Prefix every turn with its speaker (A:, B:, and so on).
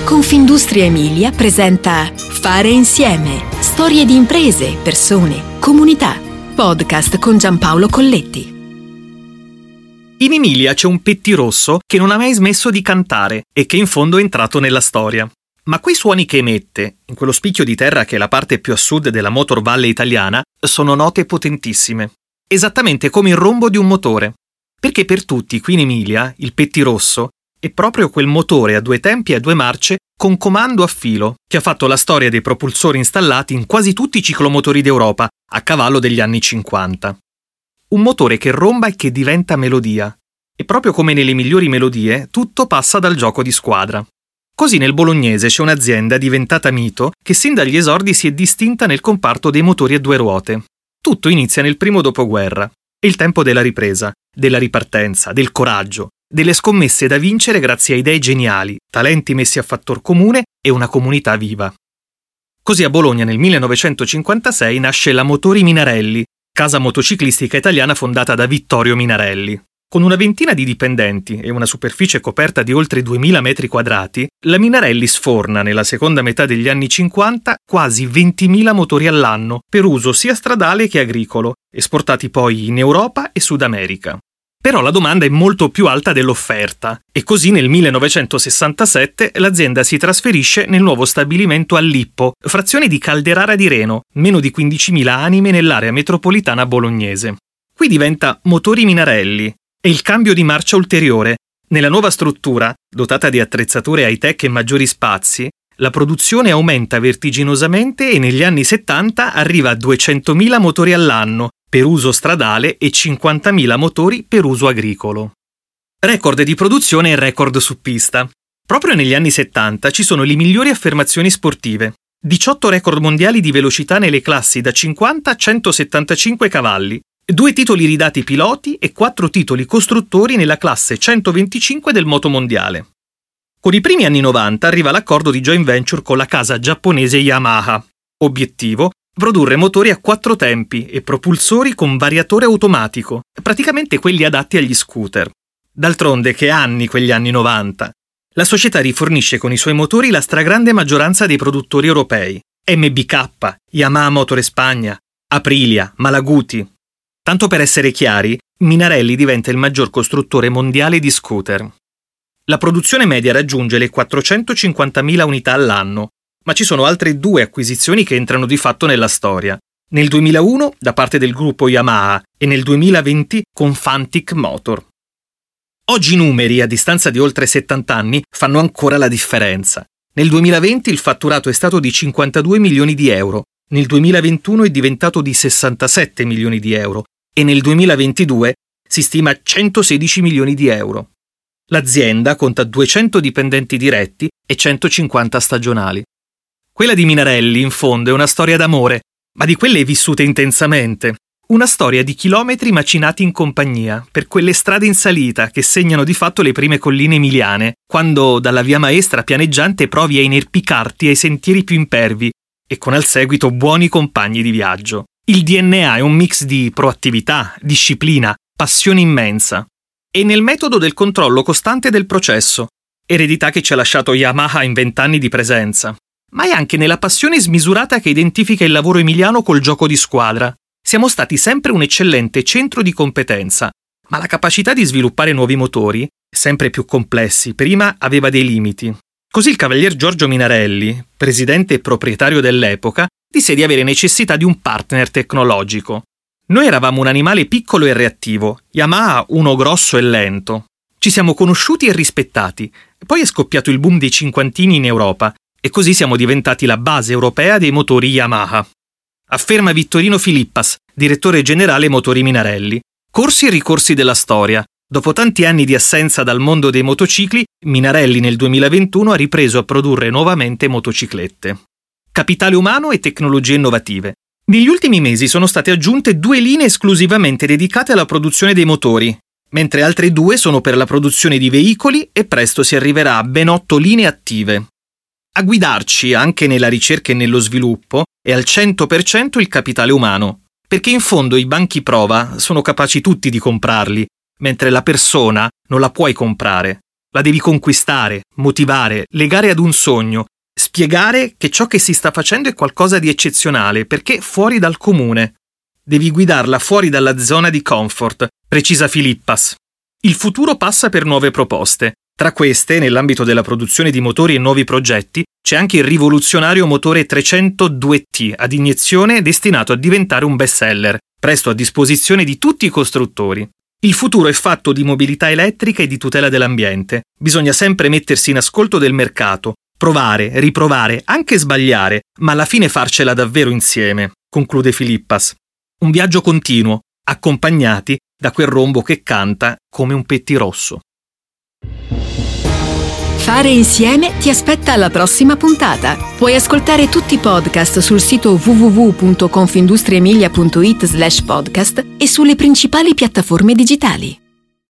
A: Confindustria Emilia presenta Fare insieme. Storie di imprese, persone, comunità. Podcast con Giampaolo Colletti.
B: In Emilia c'è un pettirosso che non ha mai smesso di cantare e che in fondo è entrato nella storia. Ma quei suoni che emette, in quello spicchio di terra che è la parte più a sud della Motor Valley italiana, sono note potentissime. Esattamente come il rombo di un motore. Perché per tutti qui in Emilia il pettirosso è proprio quel motore a due tempi e a due marce con comando a filo che ha fatto la storia dei propulsori installati in quasi tutti i ciclomotori d'Europa a cavallo degli anni 50. Un motore che romba e che diventa melodia. E proprio come nelle migliori melodie, tutto passa dal gioco di squadra. Così nel bolognese c'è un'azienda diventata mito che sin dagli esordi si è distinta nel comparto dei motori a due ruote. Tutto inizia nel primo dopoguerra. È il tempo della ripresa, della ripartenza, del coraggio, delle scommesse da vincere grazie a idee geniali, talenti messi a fattor comune e una comunità viva. Così a Bologna nel 1956 nasce la Motori Minarelli, casa motociclistica italiana fondata da Vittorio Minarelli. Con una ventina di dipendenti e una superficie coperta di oltre 2000 metri quadrati, la Minarelli sforna nella seconda metà degli anni 50 quasi 20.000 motori all'anno per uso sia stradale che agricolo, esportati poi in Europa e Sud America. Però la domanda è molto più alta dell'offerta e così nel 1967 l'azienda si trasferisce nel nuovo stabilimento a Lippo, frazione di Calderara di Reno, meno di 15.000 anime nell'area metropolitana bolognese. Qui diventa Motori Minarelli e il cambio di marcia ulteriore. Nella nuova struttura, dotata di attrezzature high-tech e maggiori spazi, la produzione aumenta vertiginosamente e negli anni 70 arriva a 200.000 motori all'anno, per uso stradale e 50.000 motori per uso agricolo. Record di produzione e record su pista. Proprio negli anni 70 ci sono le migliori affermazioni sportive. 18 record mondiali di velocità nelle classi da 50 a 175 cavalli, 2 titoli ridati piloti e 4 titoli costruttori nella classe 125 del motomondiale. Con i primi anni 90 arriva l'accordo di joint venture con la casa giapponese Yamaha. Obiettivo: produrre motori a 4 tempi e propulsori con variatore automatico, praticamente quelli adatti agli scooter. D'altronde che anni quegli anni 90. La società rifornisce con i suoi motori la stragrande maggioranza dei produttori europei. MBK, Yamaha Motor Spagna, Aprilia, Malaguti. Tanto per essere chiari, Minarelli diventa il maggior costruttore mondiale di scooter. La produzione media raggiunge le 450.000 unità all'anno, ma ci sono altre 2 acquisizioni che entrano di fatto nella storia. Nel 2001 da parte del gruppo Yamaha e nel 2020 con Fantic Motor. Oggi i numeri, a distanza di oltre 70 anni, fanno ancora la differenza. Nel 2020 il fatturato è stato di 52 milioni di euro, nel 2021 è diventato di 67 milioni di euro e nel 2022 si stima 116 milioni di euro. L'azienda conta 200 dipendenti diretti e 150 stagionali. Quella di Minarelli, in fondo, è una storia d'amore, ma di quelle vissute intensamente. Una storia di chilometri macinati in compagnia, per quelle strade in salita che segnano di fatto le prime colline emiliane, quando dalla via maestra pianeggiante provi a inerpicarti ai sentieri più impervi e con al seguito buoni compagni di viaggio. Il DNA è un mix di proattività, disciplina, passione immensa. E nel metodo del controllo costante del processo, eredità che ci ha lasciato Yamaha in 20 anni di presenza. Ma è anche nella passione smisurata che identifica il lavoro emiliano col gioco di squadra. Siamo stati sempre un eccellente centro di competenza, ma la capacità di sviluppare nuovi motori, sempre più complessi, prima aveva dei limiti. Così il cavalier Giorgio Minarelli, presidente e proprietario dell'epoca, disse di avere necessità di un partner tecnologico. Noi eravamo un animale piccolo e reattivo, Yamaha uno grosso e lento. Ci siamo conosciuti e rispettati, poi è scoppiato il boom dei cinquantini in Europa, e così siamo diventati la base europea dei motori Yamaha. Afferma Vittorino Filippas, direttore generale Motori Minarelli. Corsi e ricorsi della storia. Dopo tanti anni di assenza dal mondo dei motocicli, Minarelli nel 2021 ha ripreso a produrre nuovamente motociclette. Capitale umano e tecnologie innovative. Negli ultimi mesi sono state aggiunte 2 linee esclusivamente dedicate alla produzione dei motori, mentre altre 2 sono per la produzione di veicoli e presto si arriverà a ben 8 linee attive. A guidarci anche nella ricerca e nello sviluppo è al 100% il capitale umano, perché in fondo i banchi prova sono capaci tutti di comprarli, mentre la persona non la puoi comprare. La devi conquistare, motivare, legare ad un sogno, spiegare che ciò che si sta facendo è qualcosa di eccezionale, perché fuori dal comune. Devi guidarla fuori dalla zona di comfort, precisa Philippas. Il futuro passa per nuove proposte. Tra queste, nell'ambito della produzione di motori e nuovi progetti, c'è anche il rivoluzionario motore 302T ad iniezione destinato a diventare un bestseller, presto a disposizione di tutti i costruttori. Il futuro è fatto di mobilità elettrica e di tutela dell'ambiente. Bisogna sempre mettersi in ascolto del mercato, provare, riprovare, anche sbagliare, ma alla fine farcela davvero insieme, conclude Philippas. Un viaggio continuo, accompagnati da quel rombo che canta come un pettirosso.
A: Fare insieme ti aspetta alla prossima puntata. Puoi ascoltare tutti i podcast sul sito www.confindustriemilia.it/podcast e sulle principali piattaforme digitali.